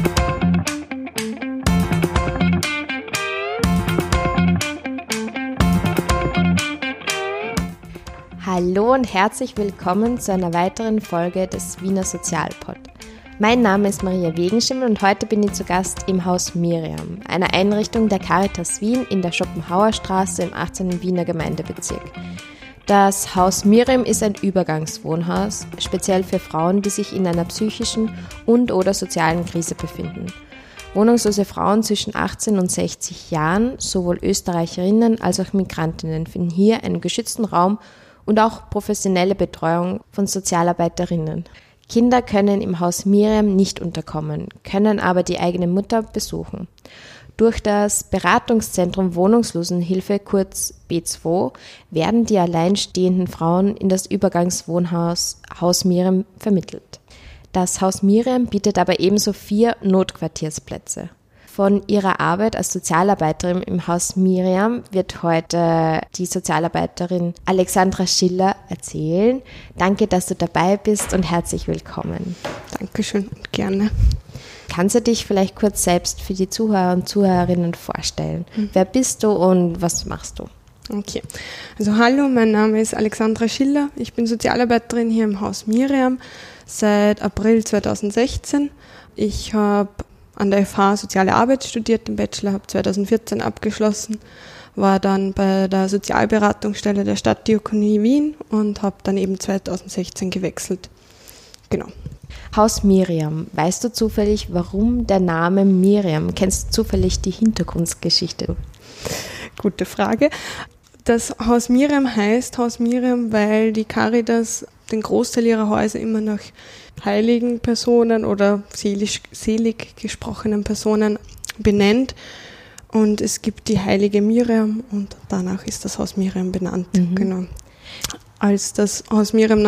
Hallo und herzlich willkommen zu einer weiteren Folge des Wiener Sozialpod. Mein Name ist Maria Wegenschimmel und heute bin ich zu Gast im Haus Miriam, einer Einrichtung der Caritas Wien in der Schopenhauerstraße im 18. Wiener Gemeindebezirk. Das Haus Miriam ist ein Übergangswohnhaus, speziell für Frauen, die sich in einer psychischen und/oder sozialen Krise befinden. Wohnungslose Frauen zwischen 18 und 60 Jahren, sowohl Österreicherinnen als auch Migrantinnen, finden hier einen geschützten Raum und auch professionelle Betreuung von Sozialarbeiterinnen. Kinder können im Haus Miriam nicht unterkommen, können aber die eigene Mutter besuchen. Durch das Beratungszentrum Wohnungslosenhilfe, kurz B2, werden die alleinstehenden Frauen in das Übergangswohnhaus Haus Miriam vermittelt. Das Haus Miriam bietet aber ebenso 4 Notquartiersplätze. Von ihrer Arbeit als Sozialarbeiterin im Haus Miriam wird heute die Sozialarbeiterin Alexandra Schiller erzählen. Danke, dass du dabei bist und herzlich willkommen. Dankeschön und gerne. Kannst du dich vielleicht kurz selbst für die Zuhörer und Zuhörerinnen vorstellen? Wer bist du und was machst du? Okay, also hallo, mein Name ist Alexandra Schiller. Ich bin Sozialarbeiterin hier im Haus Miriam seit April 2016. Ich habe an der FH Soziale Arbeit studiert, den Bachelor habe 2014 abgeschlossen, war dann bei der Sozialberatungsstelle der Stadtdiakonie Wien und habe dann eben 2016 gewechselt. Genau. Haus Miriam, weißt du zufällig, warum der Name Miriam? Kennst du zufällig die Hintergrundgeschichte? Gute Frage. Das Haus Miriam heißt Haus Miriam, weil die Caritas den Großteil ihrer Häuser immer nach heiligen Personen oder selig gesprochenen Personen benennt. Und es gibt die heilige Miriam und danach ist das Haus Miriam benannt. Genau. Als das Haus Miriam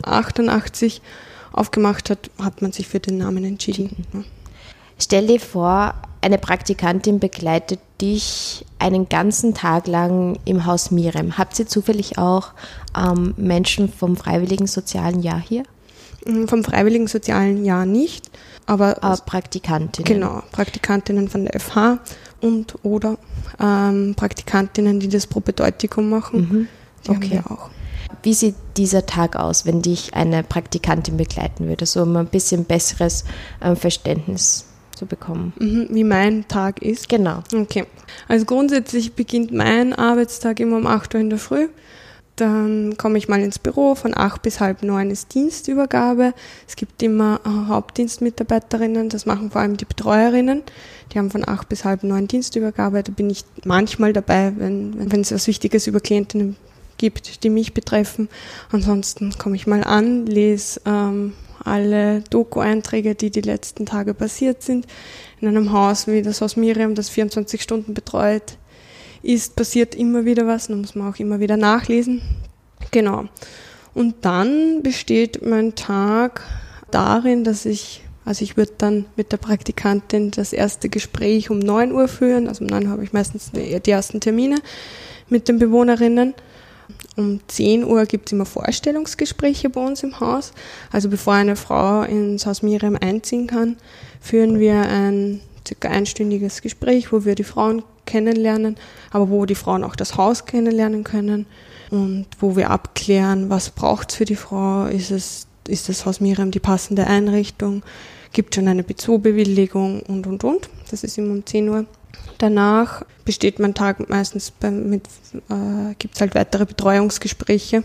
1988 aufgemacht hat, hat man sich für den Namen entschieden. Ja. Stell dir vor, eine Praktikantin begleitet dich einen ganzen Tag lang im Haus Miriam. Habt ihr zufällig auch Menschen vom Freiwilligen Sozialen Jahr hier? Vom Freiwilligen Sozialen Jahr nicht, aber Praktikantinnen. Genau, Praktikantinnen von der FH oder Praktikantinnen, die das Propedeutikum machen. Die haben wir auch. Wie sieht dieser Tag aus, wenn dich eine Praktikantin begleiten würde, so um ein bisschen besseres Verständnis zu bekommen? Wie mein Tag ist? Genau. Okay. Also grundsätzlich beginnt mein Arbeitstag immer um 8 Uhr in der Früh. Dann komme ich mal ins Büro, von 8 bis halb 9 ist Dienstübergabe. Es gibt immer Hauptdienstmitarbeiterinnen, das machen vor allem die Betreuerinnen. Die haben von 8 bis halb 9 Dienstübergabe. Da bin ich manchmal dabei, wenn es was Wichtiges über Klientinnen gibt, die mich betreffen. Ansonsten komme ich mal an, lese alle Doku-Einträge, die letzten Tage passiert sind. In einem Haus wie das Haus Miriam, das 24 Stunden betreut ist, passiert immer wieder was, da muss man auch immer wieder nachlesen. Genau. Und dann besteht mein Tag darin, dass ich würde dann mit der Praktikantin das erste Gespräch um 9 Uhr führen, also um 9 Uhr habe ich meistens die ersten Termine mit den Bewohnerinnen. Um 10 Uhr gibt es immer Vorstellungsgespräche bei uns im Haus. Also bevor eine Frau ins Haus Miriam einziehen kann, führen wir ein ca. einstündiges Gespräch, wo wir die Frauen kennenlernen, aber wo die Frauen auch das Haus kennenlernen können und wo wir abklären, was braucht es für die Frau, ist das Haus Miriam die passende Einrichtung, gibt schon eine B2-Bewilligung und. Das ist immer um 10 Uhr. Danach besteht mein Tag meistens gibt es halt weitere Betreuungsgespräche.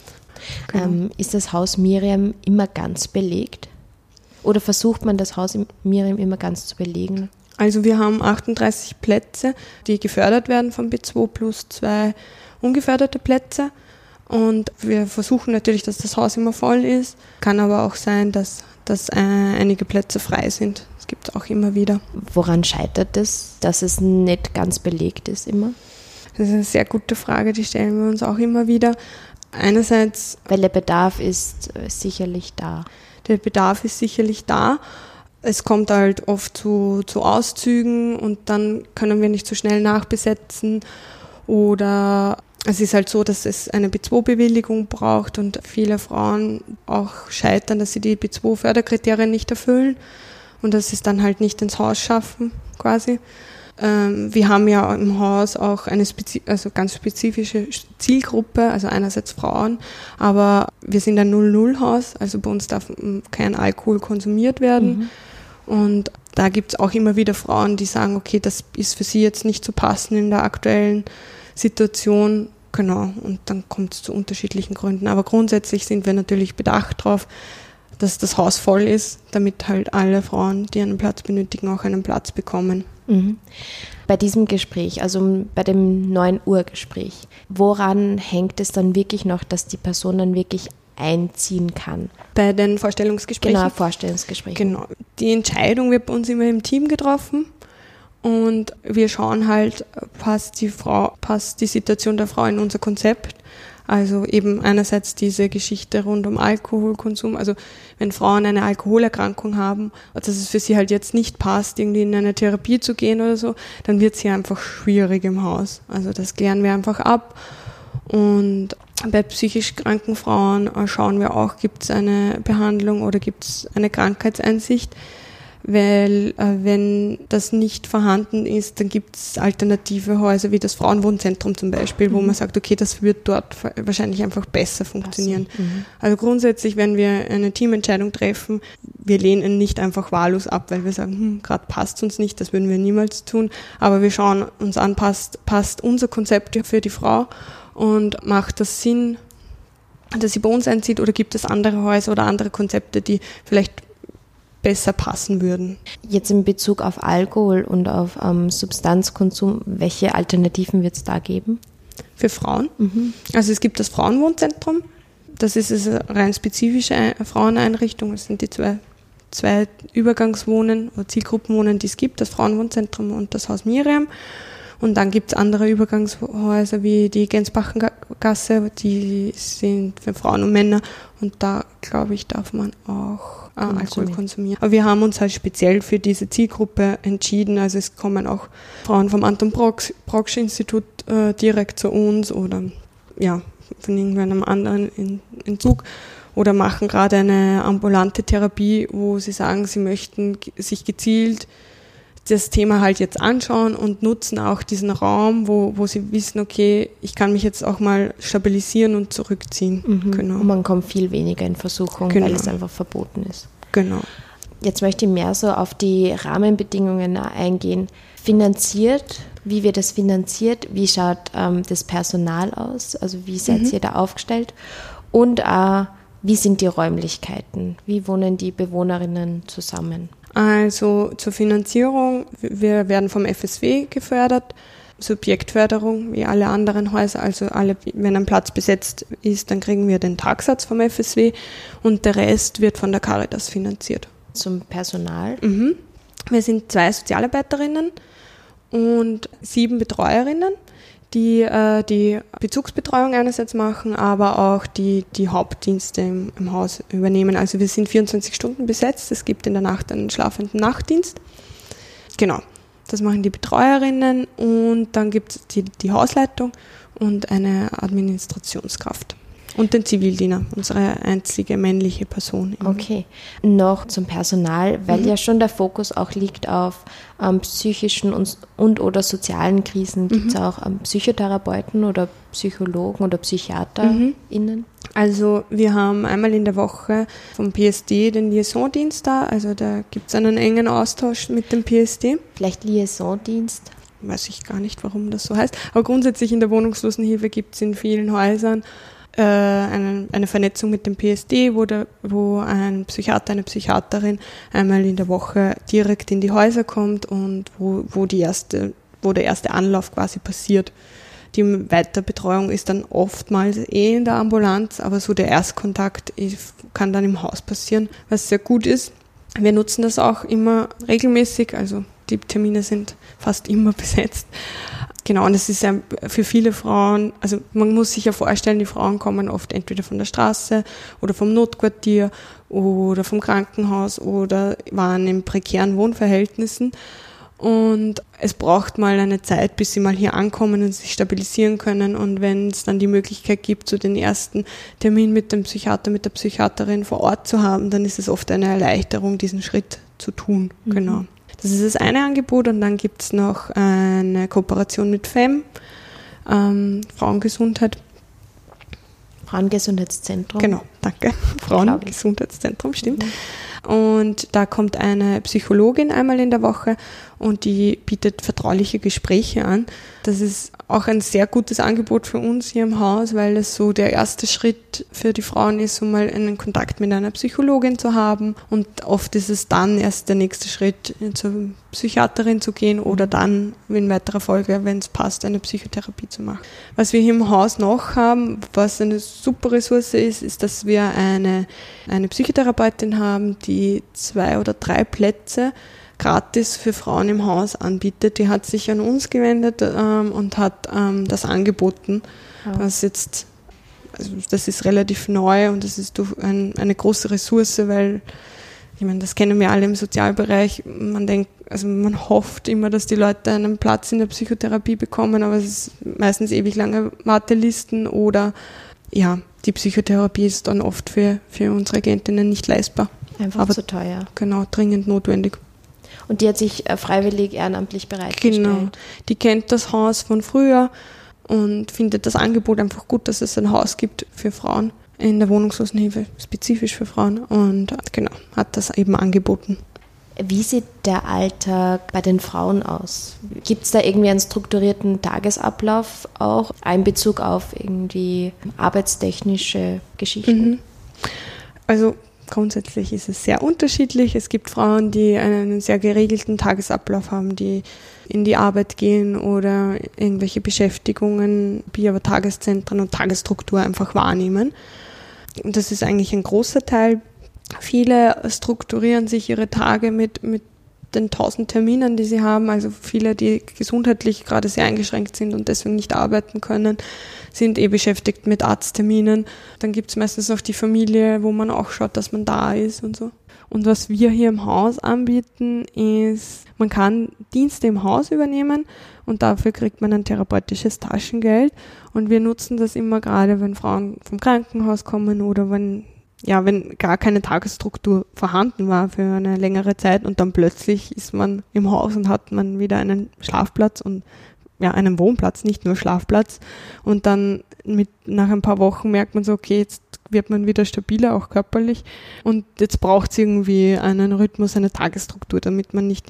Genau. Ist das Haus Miriam immer ganz belegt? Oder versucht man das Haus Miriam immer ganz zu belegen? Also wir haben 38 Plätze, die gefördert werden vom B2 plus 2 ungeförderte Plätze. Und wir versuchen natürlich, dass das Haus immer voll ist. Kann aber auch sein, dass einige Plätze frei sind. Das gibt es auch immer wieder. Woran scheitert es, dass es nicht ganz belegt ist immer? Das ist eine sehr gute Frage, die stellen wir uns auch immer wieder. Einerseits, weil der Bedarf ist sicherlich da. Der Bedarf ist sicherlich da. Es kommt halt oft zu Auszügen und dann können wir nicht so schnell nachbesetzen. Oder es ist halt so, dass es eine B2-Bewilligung braucht und viele Frauen auch scheitern, dass sie die B2-Förderkriterien nicht erfüllen. und dass sie es dann halt nicht ins Haus schaffen, quasi. Wir haben ja im Haus auch eine ganz spezifische Zielgruppe, also einerseits Frauen, aber wir sind ein 0-0-Haus, also bei uns darf kein Alkohol konsumiert werden. Und da gibt es auch immer wieder Frauen, die sagen, okay, das ist für sie jetzt nicht zu passen in der aktuellen Situation. Genau, und dann kommt es zu unterschiedlichen Gründen. Aber grundsätzlich sind wir natürlich bedacht darauf, dass das Haus voll ist, damit halt alle Frauen, die einen Platz benötigen, auch einen Platz bekommen. Bei diesem Gespräch, also bei dem 9 Uhr Gespräch, woran hängt es dann wirklich noch, dass die Person dann wirklich einziehen kann? Bei den Vorstellungsgesprächen? Genau, Vorstellungsgespräche. Genau. Die Entscheidung wird bei uns immer im Team getroffen und wir schauen halt, passt die Situation der Frau in unser Konzept. Also eben einerseits diese Geschichte rund um Alkoholkonsum, also wenn Frauen eine Alkoholerkrankung haben, dass es für sie halt jetzt nicht passt, irgendwie in eine Therapie zu gehen oder so, dann wird es hier einfach schwierig im Haus. Also das klären wir einfach ab. Und bei psychisch kranken Frauen schauen wir auch, gibt es eine Behandlung oder gibt es eine Krankheitseinsicht, weil wenn das nicht vorhanden ist, dann gibt es alternative Häuser wie das Frauenwohnzentrum zum Beispiel, wo man sagt, okay, das wird dort wahrscheinlich einfach besser funktionieren. Also grundsätzlich, wenn wir eine Teamentscheidung treffen, wir lehnen nicht einfach wahllos ab, weil wir sagen, gerade passt uns nicht, das würden wir niemals tun, aber wir schauen uns an, passt unser Konzept für die Frau und macht das Sinn, dass sie bei uns einzieht, oder gibt es andere Häuser oder andere Konzepte, die vielleicht besser passen würden. Jetzt in Bezug auf Alkohol und auf Substanzkonsum, welche Alternativen wird es da geben? Für Frauen? Also es gibt das Frauenwohnzentrum, das ist eine rein spezifische Fraueneinrichtung, das sind die zwei Übergangswohnen oder Zielgruppenwohnen, die es gibt, das Frauenwohnzentrum und das Haus Miriam. Und dann gibt es andere Übergangshäuser wie die Gensbachengasse, die sind für Frauen und Männer. Und da, glaube ich, darf man auch Alkohol konsumieren. Aber wir haben uns halt speziell für diese Zielgruppe entschieden. Also es kommen auch Frauen vom Anton Brocksch Institut direkt zu uns oder ja, von irgendeinem anderen Entzug oder machen gerade eine ambulante Therapie, wo sie sagen, sie möchten sich gezielt das Thema halt jetzt anschauen und nutzen auch diesen Raum, wo sie wissen, okay, ich kann mich jetzt auch mal stabilisieren und zurückziehen. Genau. Und man kommt viel weniger in Versuchung, weil es einfach verboten ist. Genau. Jetzt möchte ich mehr so auf die Rahmenbedingungen eingehen. Finanziert, wie wird das finanziert? Wie schaut das Personal aus? Also wie seid ihr da aufgestellt? Und wie sind die Räumlichkeiten? Wie wohnen die Bewohnerinnen zusammen? Also zur Finanzierung, wir werden vom FSW gefördert, Subjektförderung wie alle anderen Häuser, also wenn ein Platz besetzt ist, dann kriegen wir den Tagsatz vom FSW und der Rest wird von der Caritas finanziert. Zum Personal? Wir sind 2 Sozialarbeiterinnen und 7 Betreuerinnen, die die Bezugsbetreuung einerseits machen, aber auch die Hauptdienste im Haus übernehmen. Also wir sind 24 Stunden besetzt, es gibt in der Nacht einen schlafenden Nachtdienst. Genau, das machen die Betreuerinnen und dann gibt es die Hausleitung und eine Administrationskraft. Und den Zivildiener, unsere einzige männliche Person. Okay, noch zum Personal, weil ja schon der Fokus auch liegt auf psychischen und oder sozialen Krisen. Gibt es auch Psychotherapeuten oder Psychologen oder PsychiaterInnen? Also wir haben einmal in der Woche vom PSD den Liaisondienst da, also da gibt es einen engen Austausch mit dem PSD. Vielleicht Liaisondienst? Weiß ich gar nicht, warum das so heißt, aber grundsätzlich in der Wohnungslosenhilfe gibt es in vielen Häusern eine Vernetzung mit dem PSD, wo ein Psychiater, eine Psychiaterin einmal in der Woche direkt in die Häuser kommt und wo der erste Anlauf quasi passiert. Die Weiterbetreuung ist dann oftmals in der Ambulanz, aber so der Erstkontakt kann dann im Haus passieren, was sehr gut ist. Wir nutzen das auch immer regelmäßig, also die Termine sind fast immer besetzt. Genau, und es ist ja für viele Frauen, also man muss sich ja vorstellen, die Frauen kommen oft entweder von der Straße oder vom Notquartier oder vom Krankenhaus oder waren in prekären Wohnverhältnissen. Und es braucht mal eine Zeit, bis sie mal hier ankommen und sich stabilisieren können. Und wenn es dann die Möglichkeit gibt, so den ersten Termin mit dem Psychiater, mit der Psychiaterin vor Ort zu haben, dann ist es oft eine Erleichterung, diesen Schritt zu tun. Genau. Das ist das eine Angebot. Und dann gibt es noch eine Kooperation mit FEM, Frauengesundheit. Frauengesundheitszentrum. Genau, danke. Frauengesundheitszentrum, stimmt. Und da kommt eine Psychologin einmal in der Woche und die bietet vertrauliche Gespräche an. Das ist auch ein sehr gutes Angebot für uns hier im Haus, weil es so der erste Schritt für die Frauen ist, um mal einen Kontakt mit einer Psychologin zu haben. Und oft ist es dann erst der nächste Schritt, zur Psychiaterin zu gehen oder dann in weiterer Folge, wenn es passt, eine Psychotherapie zu machen. Was wir hier im Haus noch haben, was eine super Ressource ist, ist, dass wir eine Psychotherapeutin haben, die 2 oder 3 Plätze gratis für Frauen im Haus anbietet. Die hat sich an uns gewendet und hat das angeboten. Ja. Was jetzt, also das ist relativ neu und das ist eine große Ressource, weil, ich meine, das kennen wir alle im Sozialbereich. Man hofft immer, dass die Leute einen Platz in der Psychotherapie bekommen, aber es ist meistens ewig lange Wartelisten oder ja, die Psychotherapie ist dann oft für unsere Agentinnen nicht leistbar. Einfach zu teuer. Genau, dringend notwendig. Und die hat sich freiwillig ehrenamtlich bereitgestellt. Genau, die kennt das Haus von früher und findet das Angebot einfach gut, dass es ein Haus gibt für Frauen in der Wohnungslosenhilfe, spezifisch für Frauen, und genau, hat das eben angeboten. Wie sieht der Alltag bei den Frauen aus? Gibt es da irgendwie einen strukturierten Tagesablauf auch, einen Bezug auf irgendwie arbeitstechnische Geschichten? Also grundsätzlich ist es sehr unterschiedlich. Es gibt Frauen, die einen sehr geregelten Tagesablauf haben, die in die Arbeit gehen oder irgendwelche Beschäftigungen, wie aber Tageszentren und Tagesstruktur einfach wahrnehmen. Und das ist eigentlich ein großer Teil. Viele strukturieren sich ihre Tage mit den 1000 Terminen, die sie haben. Also viele, die gesundheitlich gerade sehr eingeschränkt sind und deswegen nicht arbeiten können, sind beschäftigt mit Arztterminen. Dann gibt es meistens noch die Familie, wo man auch schaut, dass man da ist und so. Und was wir hier im Haus anbieten, ist, man kann Dienste im Haus übernehmen und dafür kriegt man ein therapeutisches Taschengeld. Und wir nutzen das immer gerade, wenn Frauen vom Krankenhaus kommen oder wenn gar keine Tagesstruktur vorhanden war für eine längere Zeit und dann plötzlich ist man im Haus und hat man wieder einen Schlafplatz und einen Wohnplatz, nicht nur Schlafplatz. Und dann nach ein paar Wochen merkt man so, okay, jetzt wird man wieder stabiler, auch körperlich. Und jetzt braucht es irgendwie einen Rhythmus, eine Tagesstruktur, damit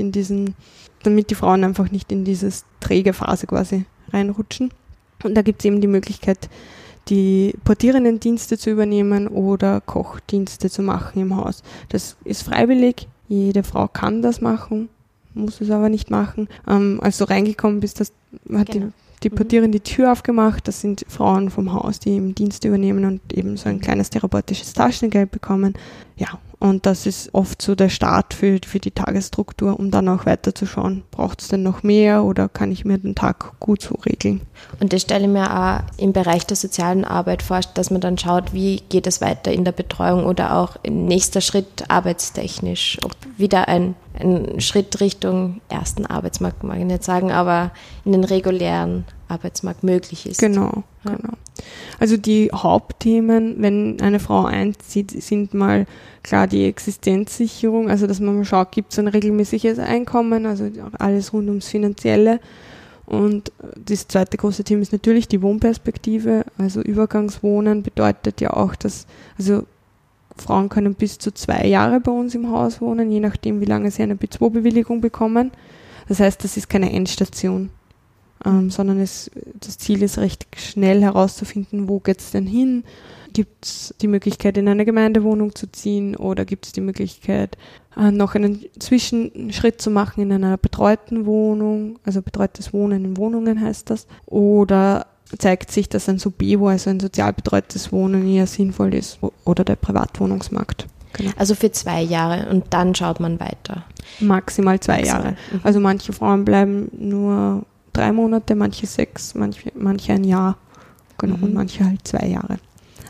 die Frauen einfach nicht in diese träge Phase quasi reinrutschen. Und da gibt es eben die Möglichkeit, die Portierinnendienste zu übernehmen oder Kochdienste zu machen im Haus. Das ist freiwillig, jede Frau kann das machen, muss es aber nicht machen. Als du reingekommen bist, hat die Portierin die Tür aufgemacht, das sind Frauen vom Haus, die eben Dienste übernehmen und eben so ein kleines therapeutisches Taschengeld bekommen. Ja, und das ist oft so der Start für die Tagesstruktur, um dann auch weiterzuschauen, braucht es denn noch mehr oder kann ich mir den Tag gut so regeln. Und das stelle ich mir auch im Bereich der sozialen Arbeit vor, dass man dann schaut, wie geht es weiter in der Betreuung oder auch nächster Schritt arbeitstechnisch, ob wieder ein Schritt Richtung ersten Arbeitsmarkt, mag ich nicht sagen, aber in den regulären Arbeitsmarkt möglich ist. Genau. Also die Hauptthemen, wenn eine Frau einzieht, sind mal klar die Existenzsicherung, also dass man mal schaut, gibt es ein regelmäßiges Einkommen, also alles rund ums Finanzielle. Und das zweite große Thema ist natürlich die Wohnperspektive, also Übergangswohnen bedeutet ja auch, dass Frauen können bis zu 2 Jahre bei uns im Haus wohnen, je nachdem, wie lange sie eine B2-Bewilligung bekommen. Das heißt, das ist keine Endstation, sondern das Ziel ist recht schnell herauszufinden, wo geht es denn hin? Gibt es die Möglichkeit, in eine Gemeindewohnung zu ziehen oder gibt es die Möglichkeit, noch einen Zwischenschritt zu machen in einer betreuten Wohnung, also betreutes Wohnen in Wohnungen heißt das, oder zeigt sich, dass ein SOBEWO, also ein sozial betreutes Wohnen eher sinnvoll ist oder der Privatwohnungsmarkt. Genau. Also für 2 Jahre und dann schaut man weiter. Maximal 2 Jahre. Also manche Frauen bleiben nur 3 Monate, manche 6, manche ein Jahr. Genau, und manche halt 2 Jahre.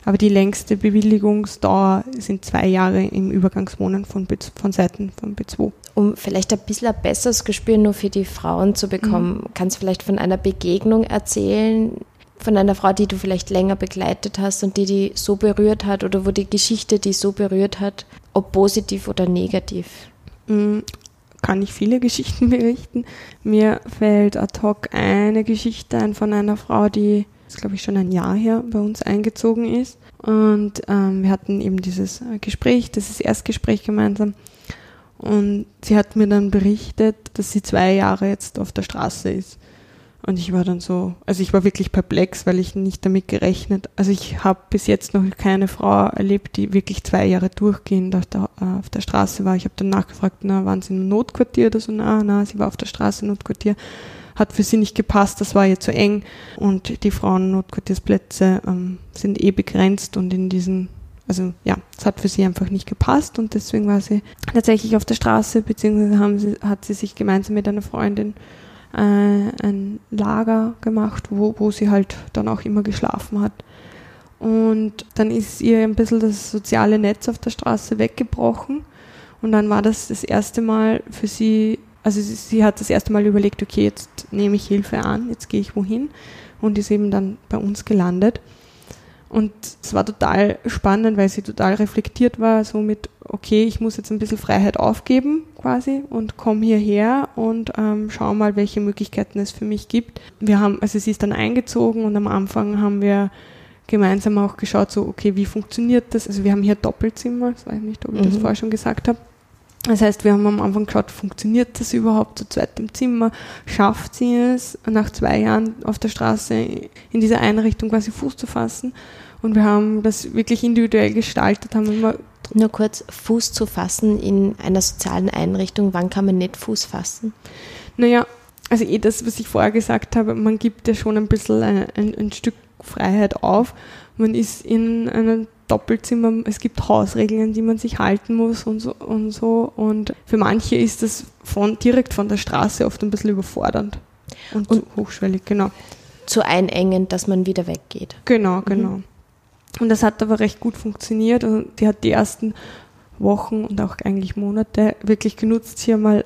Aber die längste Bewilligungsdauer sind 2 Jahre im Übergangswohnen von Seiten von B2. Um vielleicht ein bisschen ein besseres Gespür nur für die Frauen zu bekommen, kannst du vielleicht von einer Begegnung erzählen, von einer Frau, die du vielleicht länger begleitet hast und die so berührt hat oder wo die Geschichte die so berührt hat, ob positiv oder negativ? Kann ich viele Geschichten berichten. Mir fällt ad hoc eine Geschichte ein von einer Frau, die, das glaube ich schon ein Jahr her, bei uns eingezogen ist. Und wir hatten eben dieses Gespräch, dieses Erstgespräch gemeinsam. Und sie hat mir dann berichtet, dass sie 2 Jahre jetzt auf der Straße ist. Und ich war dann so, also ich war wirklich perplex, weil ich nicht damit gerechnet, also ich habe bis jetzt noch keine Frau erlebt, die wirklich 2 Jahre durchgehend auf der Straße war. Ich habe dann nachgefragt, waren sie im Notquartier oder so? Na, sie war auf der Straße, Notquartier. Hat für sie nicht gepasst, das war ihr zu eng. Und die Frauen-Notquartiersplätze sind begrenzt und in diesen, also ja, es hat für sie einfach nicht gepasst und deswegen war sie tatsächlich auf der Straße, beziehungsweise hat sie sich gemeinsam mit einer Freundin ein Lager gemacht, wo sie halt dann auch immer geschlafen hat. Und dann ist ihr ein bisschen das soziale Netz auf der Straße weggebrochen und dann war das erste Mal für sie, also sie hat das erste Mal überlegt, okay, jetzt nehme ich Hilfe an, jetzt gehe ich wohin und ist eben dann bei uns gelandet. Und es war total spannend, weil sie total reflektiert war, so mit, okay, ich muss jetzt ein bisschen Freiheit aufgeben quasi und komme hierher und schau mal, welche Möglichkeiten es für mich gibt. Also sie ist dann eingezogen und am Anfang haben wir gemeinsam auch geschaut, so, okay, wie funktioniert das? Also wir haben hier Doppelzimmer, ich weiß nicht, ob ich das vorher schon gesagt habe. Das heißt, wir haben am Anfang geschaut, funktioniert das überhaupt zu zweit im Zimmer? Schafft sie es, nach 2 Jahren auf der Straße in dieser Einrichtung quasi Fuß zu fassen? Und wir haben das wirklich individuell gestaltet, haben immer... Nur kurz, Fuß zu fassen in einer sozialen Einrichtung, wann kann man nicht Fuß fassen? Naja, also das, was ich vorher gesagt habe, man gibt ja schon ein bisschen ein Stück Freiheit auf. Man ist in einem Doppelzimmer, es gibt Hausregeln, an die man sich halten muss und so. Und für manche ist das direkt von der Straße oft ein bisschen überfordernd und hochschwellig, genau. Zu einengend, dass man wieder weggeht. Genau. Und das hat aber recht gut funktioniert und die hat die ersten Wochen und auch eigentlich Monate wirklich genutzt, hier mal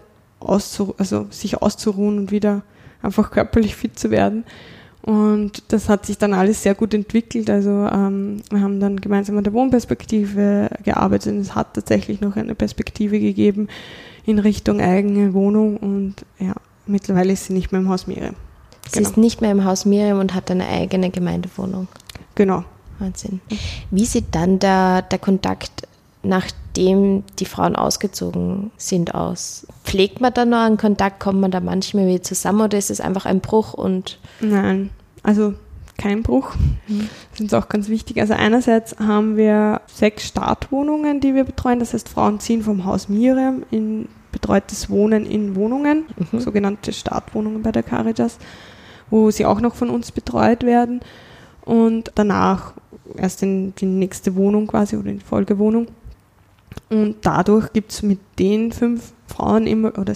sich auszuruhen und wieder einfach körperlich fit zu werden. Und das hat sich dann alles sehr gut entwickelt. Also wir haben dann gemeinsam an der Wohnperspektive gearbeitet und es hat tatsächlich noch eine Perspektive gegeben in Richtung eigene Wohnung. Und ja, mittlerweile ist sie nicht mehr im Haus Miriam. Sie ist nicht mehr im Haus Miriam und hat eine eigene Gemeindewohnung. Genau. Wahnsinn. Wie sieht dann der Kontakt, nachdem die Frauen ausgezogen sind, aus? Pflegt man da noch einen Kontakt? Kommt man da manchmal wieder zusammen oder ist es einfach ein Bruch? Nein, also kein Bruch. Das ist uns auch ganz wichtig. Also einerseits haben wir 6 Startwohnungen, die wir betreuen. Das heißt, Frauen ziehen vom Haus Miriam in betreutes Wohnen in Wohnungen, sogenannte Startwohnungen bei der Caritas, wo sie auch noch von uns betreut werden. Und danach erst in die nächste Wohnung quasi oder in die Folgewohnung. Und dadurch gibt es mit den 6 Frauen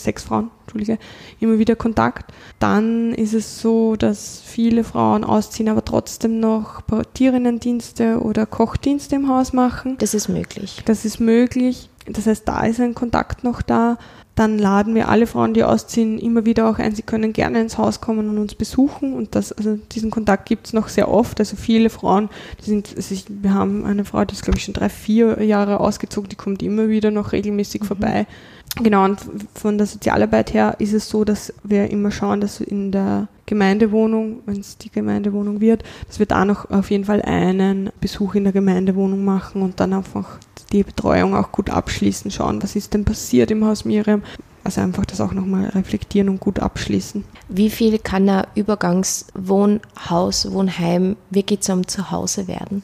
immer wieder Kontakt. Dann ist es so, dass viele Frauen ausziehen, aber trotzdem noch Portierinnendienste oder Kochdienste im Haus machen. Das ist möglich. Das heißt, da ist ein Kontakt noch da. Dann laden wir alle Frauen, die ausziehen, immer wieder auch ein. Sie können gerne ins Haus kommen und uns besuchen. Und diesen Kontakt gibt es noch sehr oft. Also viele Frauen, wir haben eine Frau, die ist, glaube ich, schon 3-4 Jahre ausgezogen, die kommt immer wieder noch regelmäßig vorbei. Genau, und von der Sozialarbeit her ist es so, dass wir immer schauen, dass wir in der Gemeindewohnung, wenn es die Gemeindewohnung wird, dass wir da noch auf jeden Fall einen Besuch in der Gemeindewohnung machen und dann einfach die Betreuung auch gut abschließen, schauen, was ist denn passiert im Haus Miriam. Also einfach das auch nochmal reflektieren und gut abschließen. Wie viel kann ein Übergangswohnhaus, Wohnheim wirklich zum Zuhause werden?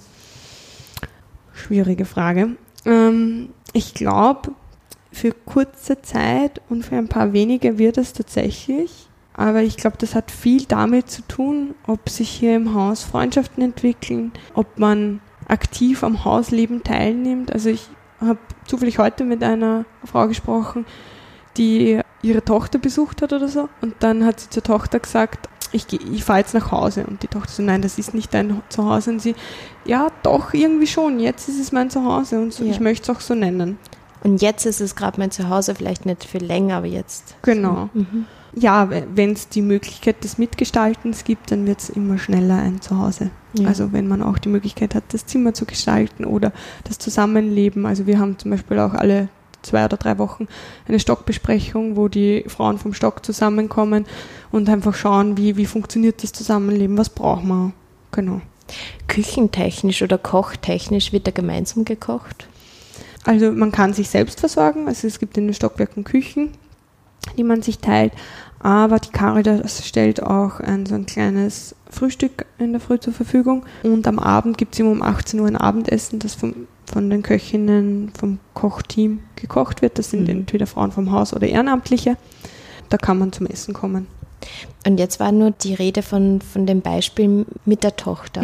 Schwierige Frage. Ich glaube, für kurze Zeit und für ein paar wenige wird es tatsächlich. Aber ich glaube, das hat viel damit zu tun, ob sich hier im Haus Freundschaften entwickeln, ob man aktiv am Hausleben teilnimmt. Also ich habe zufällig heute mit einer Frau gesprochen, die ihre Tochter besucht hat oder so. Und dann hat sie zur Tochter gesagt, ich fahre jetzt nach Hause. Und die Tochter so, nein, das ist nicht dein Zuhause. Und sie, ja doch, irgendwie schon, jetzt ist es mein Zuhause und so, ich möchte es auch so nennen. Und jetzt ist es gerade mein Zuhause, vielleicht nicht viel länger, aber jetzt. Genau. Ja, wenn es die Möglichkeit des Mitgestaltens gibt, dann wird es immer schneller ein Zuhause. Ja. Also wenn man auch die Möglichkeit hat, das Zimmer zu gestalten oder das Zusammenleben. Also wir haben zum Beispiel auch alle 2 oder 3 Wochen eine Stockbesprechung, wo die Frauen vom Stock zusammenkommen und einfach schauen, wie funktioniert das Zusammenleben, was brauchen wir. Genau. Küchentechnisch oder kochtechnisch wird da gemeinsam gekocht? Also man kann sich selbst versorgen, also es gibt in den Stockwerken Küchen, die man sich teilt, aber die Caritas stellt auch so ein kleines Frühstück in der Früh zur Verfügung und am Abend gibt es immer um 18 Uhr ein Abendessen, das von den Köchinnen vom Kochteam gekocht wird. Das sind entweder Frauen vom Haus oder Ehrenamtliche. Da kann man zum Essen kommen. Und jetzt war nur die Rede von dem Beispiel mit der Tochter.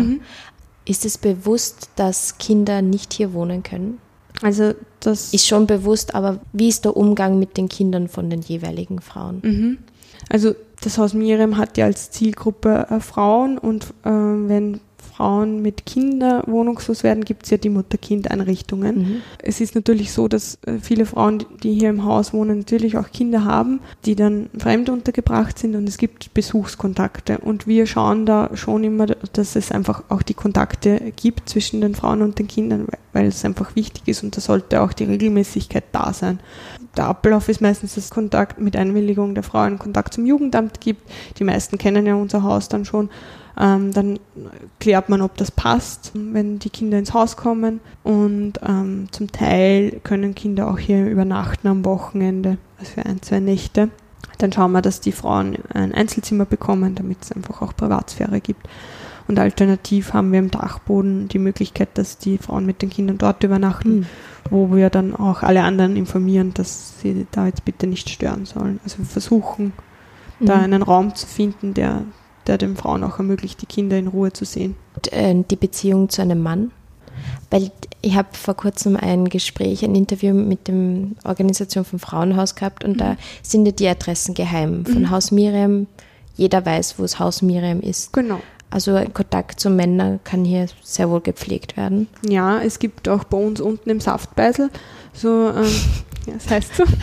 Ist es bewusst, dass Kinder nicht hier wohnen können? Also das ist schon bewusst, aber wie ist der Umgang mit den Kindern von den jeweiligen Frauen? Also das Haus Miriam hat ja als Zielgruppe Frauen und wenn Frauen mit Kindern wohnungslos werden, gibt es ja die Mutter-Kind-Einrichtungen. Es ist natürlich so, dass viele Frauen, die hier im Haus wohnen, natürlich auch Kinder haben, die dann fremd untergebracht sind und es gibt Besuchskontakte. Und wir schauen da schon immer, dass es einfach auch die Kontakte gibt zwischen den Frauen und den Kindern, weil es einfach wichtig ist und da sollte auch die Regelmäßigkeit da sein. Der Ablauf ist meistens, dass Kontakt mit Einwilligung der Frauen Kontakt zum Jugendamt gibt. Die meisten kennen ja unser Haus dann schon. Dann klärt man, ob das passt, wenn die Kinder ins Haus kommen. Und zum Teil können Kinder auch hier übernachten am Wochenende, also für 1, 2 Nächte. Dann schauen wir, dass die Frauen ein Einzelzimmer bekommen, damit es einfach auch Privatsphäre gibt. Und alternativ haben wir im Dachboden die Möglichkeit, dass die Frauen mit den Kindern dort übernachten, wo wir dann auch alle anderen informieren, dass sie da jetzt bitte nicht stören sollen. Also wir versuchen, da einen Raum zu finden, der den Frauen auch ermöglicht, die Kinder in Ruhe zu sehen. Und die Beziehung zu einem Mann? Weil ich habe vor kurzem ein Interview mit der Organisation vom Frauenhaus gehabt und da sind ja die Adressen geheim von Haus Miriam. Jeder weiß, wo das Haus Miriam ist. Genau. Also ein Kontakt zu Männern kann hier sehr wohl gepflegt werden. Ja, es gibt auch bei uns unten im Saftbeisel so, ja, das heißt so.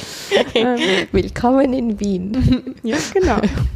Willkommen in Wien. Ja, genau.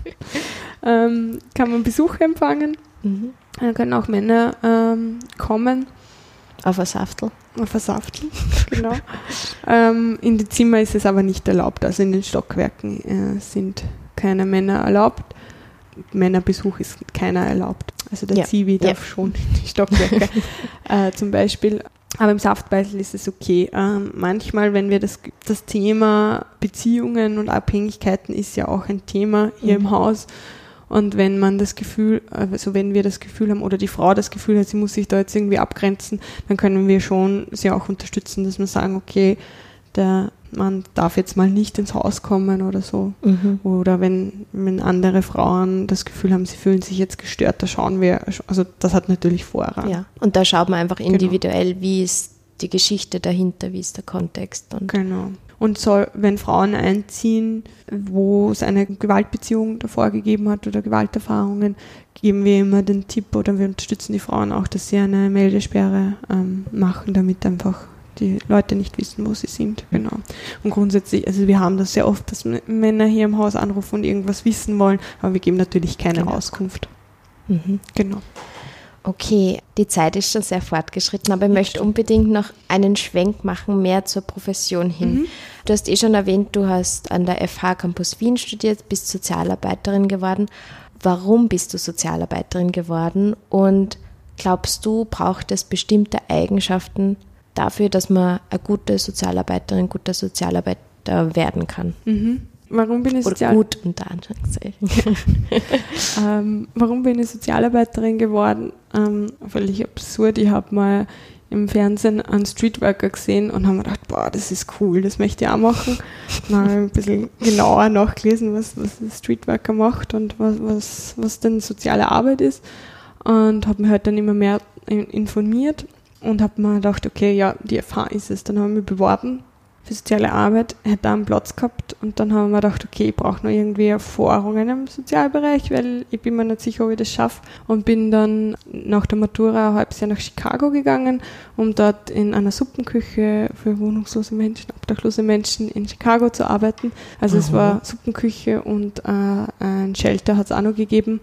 Kann man Besuch empfangen. Da können auch Männer kommen. Auf ein Saftel. Auf ein Saftel, genau. In den Zimmern ist es aber nicht erlaubt. Also in den Stockwerken sind keine Männer erlaubt. Männerbesuch ist keiner erlaubt. Also der Zivi darf schon in die Stockwerke zum Beispiel. Aber im Saftbeisel ist es okay. Manchmal, wenn wir das Thema Beziehungen und Abhängigkeiten ist ja auch ein Thema hier im Haus. Und wenn man das Gefühl, also wenn wir das Gefühl haben oder die Frau das Gefühl hat, sie muss sich da jetzt irgendwie abgrenzen, dann können wir schon sie auch unterstützen, dass wir sagen, okay, der Mann darf jetzt mal nicht ins Haus kommen oder so. Oder wenn andere Frauen das Gefühl haben, sie fühlen sich jetzt gestört, da schauen wir, also das hat natürlich Vorrang. Ja, und da schaut man einfach individuell, wie ist die Geschichte dahinter, wie ist der Kontext. Und genau. Und wenn Frauen einziehen, wo es eine Gewaltbeziehung davor gegeben hat oder Gewalterfahrungen, geben wir immer den Tipp oder wir unterstützen die Frauen auch, dass sie eine Meldesperre machen, damit einfach die Leute nicht wissen, wo sie sind. Genau. Und grundsätzlich, also wir haben das sehr oft, dass Männer hier im Haus anrufen und irgendwas wissen wollen, aber wir geben natürlich keine Auskunft. Genau. Okay, die Zeit ist schon sehr fortgeschritten, aber ich möchte unbedingt noch einen Schwenk machen, mehr zur Profession hin. Du hast schon erwähnt, du hast an der FH Campus Wien studiert, bist Sozialarbeiterin geworden. Warum bist du Sozialarbeiterin geworden? Und glaubst du, braucht es bestimmte Eigenschaften dafür, dass man eine gute Sozialarbeiterin, guter Sozialarbeiter werden kann? Warum bin ich gut unter Anführungszeichen. Warum bin ich Sozialarbeiterin geworden? Völlig absurd. Ich habe mal im Fernsehen einen Streetworker gesehen und habe mir gedacht, boah, das ist cool, das möchte ich auch machen. Dann habe ich ein bisschen genauer nachgelesen, was ein Streetworker macht und was denn soziale Arbeit ist. Und habe mich halt dann immer mehr informiert und habe mir gedacht, okay, ja, die FH ist es. Dann habe ich mich beworben für soziale Arbeit, hätte einen Platz gehabt und dann haben wir gedacht, okay, ich brauche noch irgendwie Erfahrungen im Sozialbereich, weil ich bin mir nicht sicher, ob ich das schaffe, und bin dann nach der Matura ein halbes Jahr nach Chicago gegangen, um dort in einer Suppenküche für wohnungslose Menschen, obdachlose Menschen in Chicago zu arbeiten. Also es war Suppenküche und ein Shelter hat es auch noch gegeben,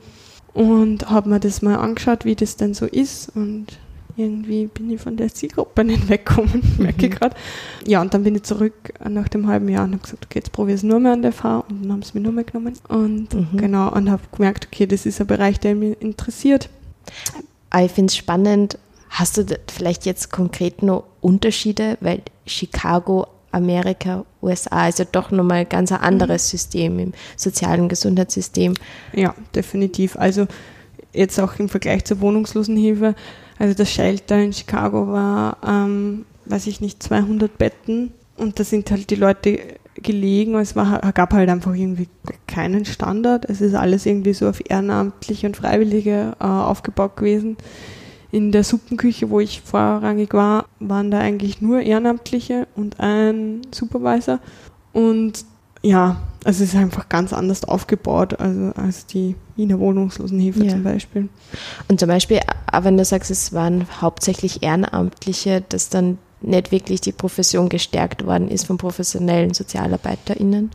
und habe mir das mal angeschaut, wie das denn so ist, und irgendwie bin ich von der Zielgruppe nicht weggekommen, merke ich gerade. Ja, und dann bin ich zurück nach dem halben Jahr und habe gesagt, okay, jetzt probiere ich es nur mehr an der FH, und dann haben sie mich nur mehr genommen. Und genau, und habe gemerkt, okay, das ist ein Bereich, der mich interessiert. Aber ich finde es spannend, hast du vielleicht jetzt konkret noch Unterschiede, weil Chicago, Amerika, USA ist ja doch nochmal ganz ein anderes System im sozialen Gesundheitssystem. Ja, definitiv. Also jetzt auch im Vergleich zur Wohnungslosenhilfe, also das Shelter in Chicago war, weiß ich nicht, 200 Betten, und da sind halt die Leute gelegen, es gab halt einfach irgendwie keinen Standard, es ist alles irgendwie so auf Ehrenamtliche und Freiwillige aufgebaut gewesen. In der Suppenküche, wo ich vorrangig war, waren da eigentlich nur Ehrenamtliche und ein Supervisor, und ja, also es ist einfach ganz anders aufgebaut, also als die Wiener Wohnungslosenhilfe zum Beispiel. Und zum Beispiel, auch wenn du sagst, es waren hauptsächlich Ehrenamtliche, dass dann nicht wirklich die Profession gestärkt worden ist von professionellen SozialarbeiterInnen?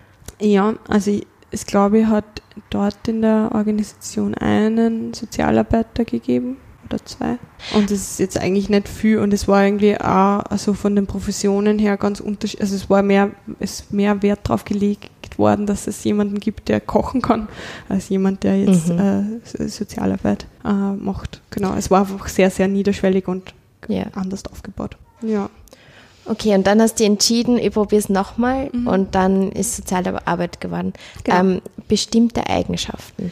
Ja, also ich glaube, es hat dort in der Organisation einen Sozialarbeiter gegeben oder zwei. Und das ist jetzt eigentlich nicht viel, und es war irgendwie auch also von den Professionen her ganz unterschiedlich. Also es war mehr Wert darauf gelegt worden, dass es jemanden gibt, der kochen kann, als jemand, der jetzt Sozialarbeit macht. Genau, es war einfach sehr, sehr niederschwellig und anders aufgebaut. Ja. Okay, und dann hast du entschieden, ich probiere es nochmal, und dann ist soziale Arbeit geworden. Genau. Bestimmte Eigenschaften.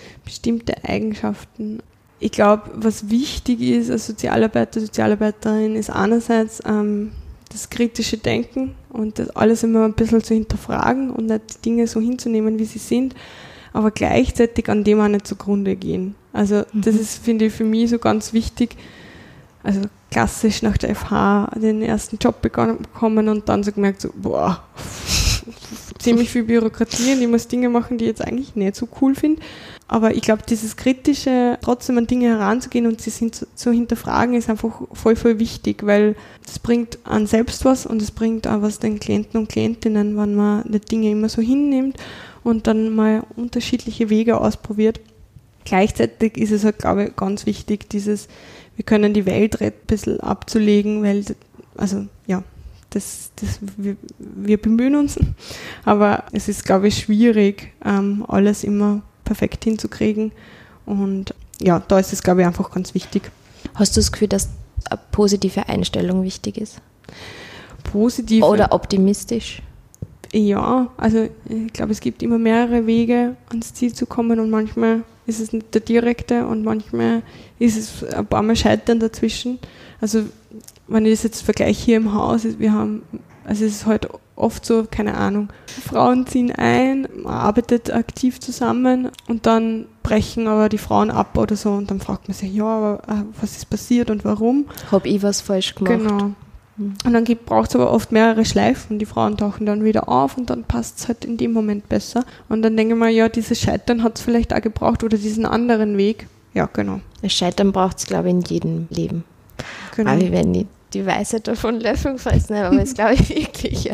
Ich glaube, was wichtig ist als Sozialarbeiter, Sozialarbeiterin, ist einerseits das kritische Denken und das alles immer ein bisschen zu hinterfragen und nicht die Dinge so hinzunehmen, wie sie sind, aber gleichzeitig an dem auch nicht zugrunde gehen. Also das ist, finde ich, für mich so ganz wichtig. Also klassisch nach der FH den ersten Job bekommen und dann so gemerkt, so, boah, ziemlich viel Bürokratie, und ich muss Dinge machen, die ich jetzt eigentlich nicht so cool finde. Aber ich glaube, dieses Kritische, trotzdem an Dinge heranzugehen und sie zu hinterfragen, ist einfach voll, voll wichtig, weil das bringt an selbst was, und es bringt auch was den Klienten und Klientinnen, wenn man die Dinge immer so hinnimmt und dann mal unterschiedliche Wege ausprobiert. Gleichzeitig ist es halt, glaube ich, ganz wichtig, wir können die Welt retten, ein bisschen abzulegen, weil, also, ja, wir bemühen uns, aber es ist, glaube ich, schwierig, alles immer perfekt hinzukriegen, und ja, da ist es, glaube ich, einfach ganz wichtig. Hast du das Gefühl, dass eine positive Einstellung wichtig ist? Positiv. Oder optimistisch? Ja, also ich glaube, es gibt immer mehrere Wege, ans Ziel zu kommen, und manchmal ist es nicht der direkte und manchmal ist es ein paar Mal Scheitern dazwischen. Also wenn ich das jetzt vergleiche hier im Haus, es ist halt oft so, keine Ahnung, Frauen ziehen ein, man arbeitet aktiv zusammen und dann brechen aber die Frauen ab oder so, und dann fragt man sich, ja, aber was ist passiert und warum? Habe ich was falsch gemacht? Genau. Und dann braucht es aber oft mehrere Schleifen, die Frauen tauchen dann wieder auf und dann passt es halt in dem Moment besser. Und dann denke ich mir, ja, dieses Scheitern hat es vielleicht auch gebraucht oder diesen anderen Weg. Ja, genau. Das Scheitern braucht es, glaube ich, in jedem Leben. Genau. Aber wir werden nicht die Weisheit davon Löffel fressen, aber das glaube ich wirklich,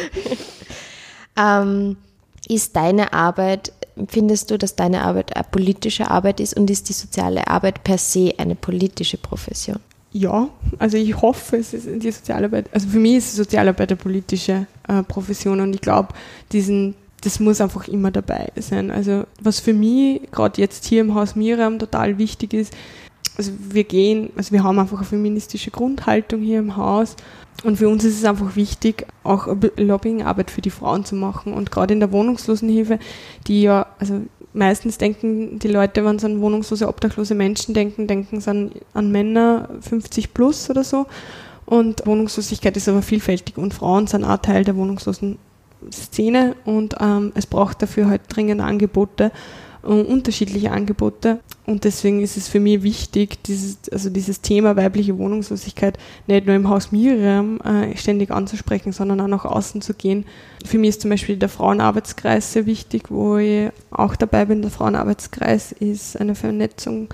ja. Ist deine Arbeit, findest du, dass deine Arbeit eine politische Arbeit ist, und ist die soziale Arbeit per se eine politische Profession? Ja, also ich hoffe, es ist die Sozialarbeit, also für mich ist die Sozialarbeit eine politische Profession, und ich glaube, das muss einfach immer dabei sein. Also was für mich gerade jetzt hier im Haus Miriam total wichtig ist, also wir haben einfach eine feministische Grundhaltung hier im Haus, und für uns ist es einfach wichtig, auch Lobbyingarbeit für die Frauen zu machen, und gerade in der Wohnungslosenhilfe, die ja, also meistens denken die Leute, wenn sie an wohnungslose, obdachlose Menschen denken sie an Männer 50 plus oder so, und Wohnungslosigkeit ist aber vielfältig, und Frauen sind auch Teil der wohnungslosen Szene, und es braucht dafür halt dringend Angebote. unterschiedliche Angebote. Und deswegen ist es für mich wichtig, dieses Thema weibliche Wohnungslosigkeit nicht nur im Haus Miriam ständig anzusprechen, sondern auch nach außen zu gehen. Für mich ist zum Beispiel der Frauenarbeitskreis sehr wichtig, wo ich auch dabei bin. Der Frauenarbeitskreis ist eine Vernetzung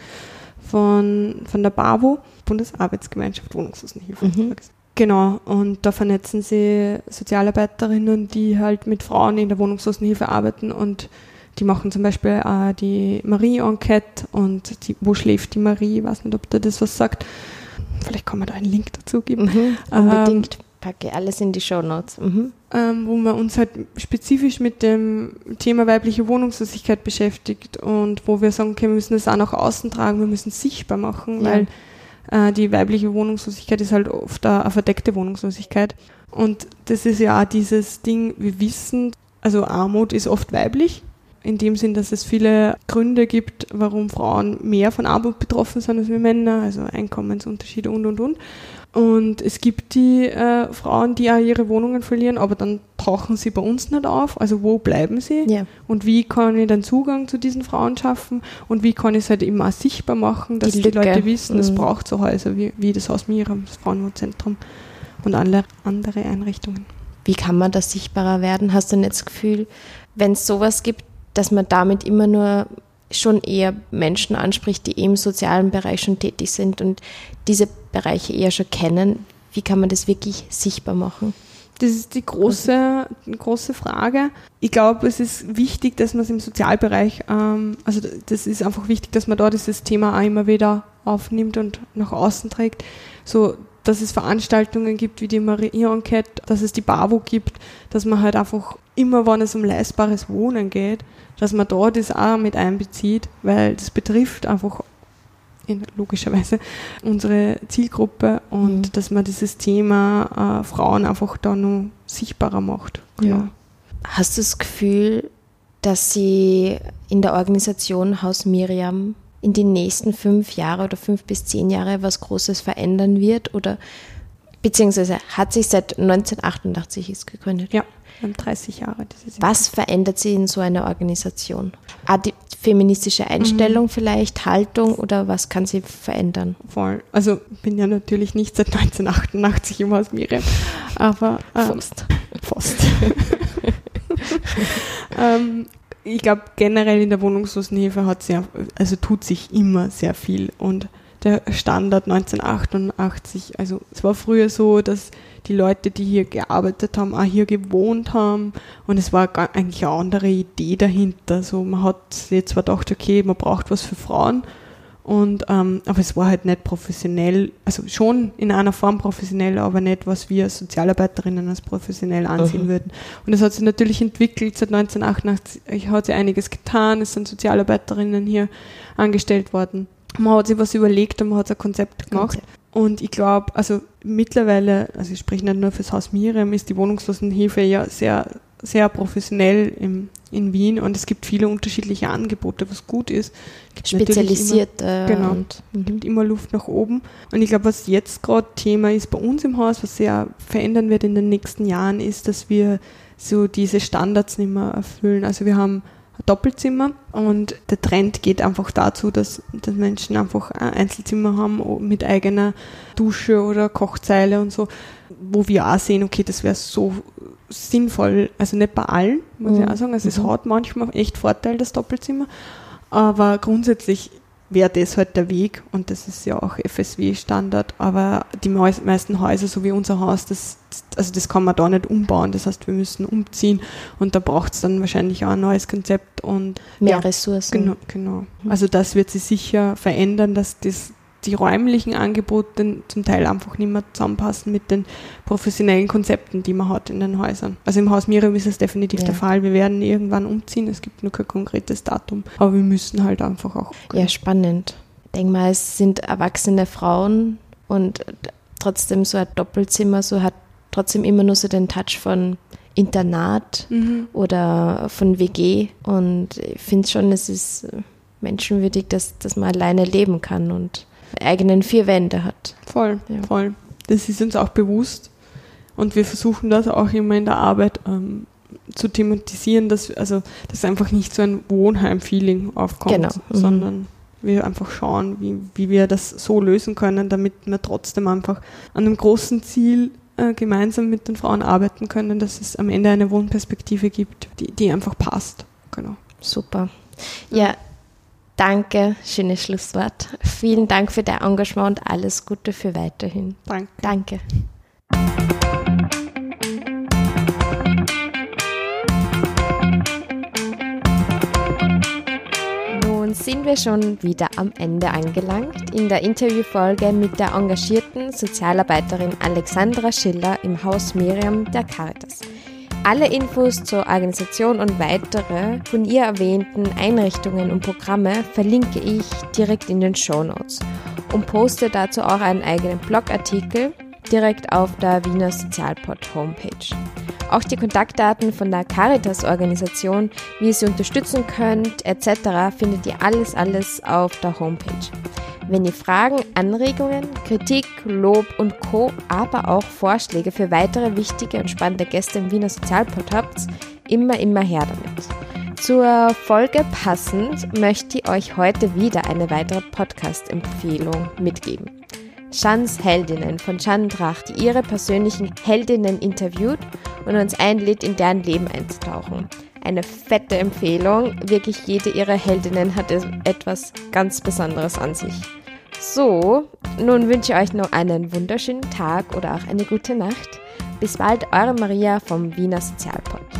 von der BAWO, Bundesarbeitsgemeinschaft Wohnungslosenhilfe. Mhm. Genau, und da vernetzen sie Sozialarbeiterinnen, die halt mit Frauen in der Wohnungslosenhilfe arbeiten, und die machen zum Beispiel die Marie-Enquete und Wo schläft die Marie? Ich weiß nicht, ob der das was sagt. Vielleicht kann man da einen Link dazu geben. Mhm, unbedingt. Packe alles in die Shownotes. Mhm. Wo man uns halt spezifisch mit dem Thema weibliche Wohnungslosigkeit beschäftigt und wo wir sagen, okay, wir müssen das auch nach außen tragen, wir müssen es sichtbar machen, weil die weibliche Wohnungslosigkeit ist halt oft eine verdeckte Wohnungslosigkeit. Und das ist ja auch dieses Ding, wir wissen, also Armut ist oft weiblich, in dem Sinn, dass es viele Gründe gibt, warum Frauen mehr von Armut betroffen sind als wir Männer, also Einkommensunterschiede und. Und es gibt die Frauen, die auch ihre Wohnungen verlieren, aber dann tauchen sie bei uns nicht auf. Also wo bleiben sie? Ja. Und wie kann ich dann Zugang zu diesen Frauen schaffen? Und wie kann ich es halt eben auch sichtbar machen, dass die Leute wissen, es braucht so Häuser wie das Haus Miriam, das Frauenwohnzentrum und alle andere Einrichtungen. Wie kann man da sichtbarer werden? Hast du denn jetzt das Gefühl, wenn es sowas gibt, dass man damit immer nur schon eher Menschen anspricht, die im sozialen Bereich schon tätig sind und diese Bereiche eher schon kennen? Wie kann man das wirklich sichtbar machen? Das ist die große Frage. Ich glaube, es ist wichtig, dass man es im Sozialbereich, also das ist einfach wichtig, dass man da dieses Thema auch immer wieder aufnimmt und nach außen trägt. So, dass es Veranstaltungen gibt wie die Marie-Enquete, dass es die BAWO gibt, dass man halt einfach immer, wenn es um leistbares Wohnen geht, dass man da das auch mit einbezieht, weil das betrifft einfach logischerweise unsere Zielgruppe und dass man dieses Thema Frauen einfach da noch sichtbarer macht. Genau. Ja. Hast du das Gefühl, dass sie in der Organisation Haus Miriam in den nächsten 5 Jahre oder 5 bis 10 Jahre was Großes verändern wird? Oder beziehungsweise hat sich seit 1988 ist gegründet? Ja, wir haben 30 Jahre. Was verändert sie in so einer Organisation? Die feministische Einstellung vielleicht, Haltung, oder was kann sie verändern? Voll. Also ich bin ja natürlich nicht seit 1988 im Haus Miriam, aber Fast. Ich glaube, generell in der Wohnungslosenhilfe tut sich immer sehr viel, und der Standard 1988, also es war früher so, dass die Leute, die hier gearbeitet haben, auch hier gewohnt haben, und es war eigentlich eine andere Idee dahinter. Also man hat jetzt zwar gedacht, okay, man braucht was für Frauen, aber es war halt nicht professionell, also schon in einer Form professionell, aber nicht, was wir als Sozialarbeiterinnen als professionell ansehen würden. Und das hat sich natürlich entwickelt. Seit 1988 hat sich einiges getan, es sind Sozialarbeiterinnen hier angestellt worden. Man hat sich was überlegt und man hat ein Konzept gemacht. Und ich glaube, also mittlerweile, also ich spreche nicht nur fürs Haus Miriam, ist die Wohnungslosenhilfe ja sehr, sehr professionell in Wien, und es gibt viele unterschiedliche Angebote, was gut ist. Spezialisiert. Genau. Es gibt immer Luft nach oben. Und ich glaube, was jetzt gerade Thema ist bei uns im Haus, was sehr verändern wird in den nächsten Jahren, ist, dass wir so diese Standards nicht mehr erfüllen. Also wir haben ein Doppelzimmer, und der Trend geht einfach dazu, dass Menschen einfach ein Einzelzimmer haben mit eigener Dusche oder Kochzeile und so, wo wir auch sehen, okay, das wäre so sinnvoll, also nicht bei allen, muss ich auch sagen, also es hat manchmal echt Vorteil, das Doppelzimmer, aber grundsätzlich wäre das halt der Weg, und das ist ja auch FSW-Standard, aber die meisten Häuser, so wie unser Haus, das kann man da nicht umbauen, das heißt, wir müssen umziehen, und da braucht es dann wahrscheinlich auch ein neues Konzept und mehr Ressourcen. Genau. Also das wird sich sicher verändern, dass die räumlichen Angebote zum Teil einfach nicht mehr zusammenpassen mit den professionellen Konzepten, die man hat in den Häusern. Also im Haus Miriam ist es definitiv der Fall. Wir werden irgendwann umziehen, es gibt nur kein konkretes Datum, aber wir müssen halt einfach auch. Ja, spannend. Ich denke mal, es sind erwachsene Frauen, und trotzdem so ein Doppelzimmer, so hat trotzdem immer nur so den Touch von Internat oder von WG, und ich finde schon, es ist menschenwürdig, dass man alleine leben kann und eigenen 4 Wände hat. Voll. Das ist uns auch bewusst, und wir versuchen das auch immer in der Arbeit zu thematisieren, dass einfach nicht so ein Wohnheim-Feeling aufkommt, Genau. sondern wir einfach schauen, wie wir das so lösen können, damit wir trotzdem einfach an einem großen Ziel gemeinsam mit den Frauen arbeiten können, dass es am Ende eine Wohnperspektive gibt, die einfach passt. Genau. Super. Ja, danke. Schönes Schlusswort. Vielen Dank für dein Engagement und alles Gute für weiterhin. Danke. Nun sind wir schon wieder am Ende angelangt in der Interviewfolge mit der engagierten Sozialarbeiterin Alexandra Schiller im Haus Miriam der Caritas. Alle Infos zur Organisation und weitere von ihr erwähnten Einrichtungen und Programme verlinke ich direkt in den Shownotes und poste dazu auch einen eigenen Blogartikel direkt auf der Wiener Sozialpod Homepage. Auch die Kontaktdaten von der Caritas-Organisation, wie ihr sie unterstützen könnt, etc. findet ihr alles auf der Homepage. Wenn ihr Fragen, Anregungen, Kritik, Lob und Co., aber auch Vorschläge für weitere wichtige und spannende Gäste im Wiener Sozialpod habt, immer her damit. Zur Folge passend möchte ich euch heute wieder eine weitere Podcast-Empfehlung mitgeben. Jeannes Heldinnen von Jeanne Drach, die ihre persönlichen Heldinnen interviewt und uns einlädt, in deren Leben einzutauchen. Eine fette Empfehlung, wirklich jede ihrer Heldinnen hat etwas ganz Besonderes an sich. So, nun wünsche ich euch noch einen wunderschönen Tag oder auch eine gute Nacht. Bis bald, eure Maria vom Wiener Sozialpod.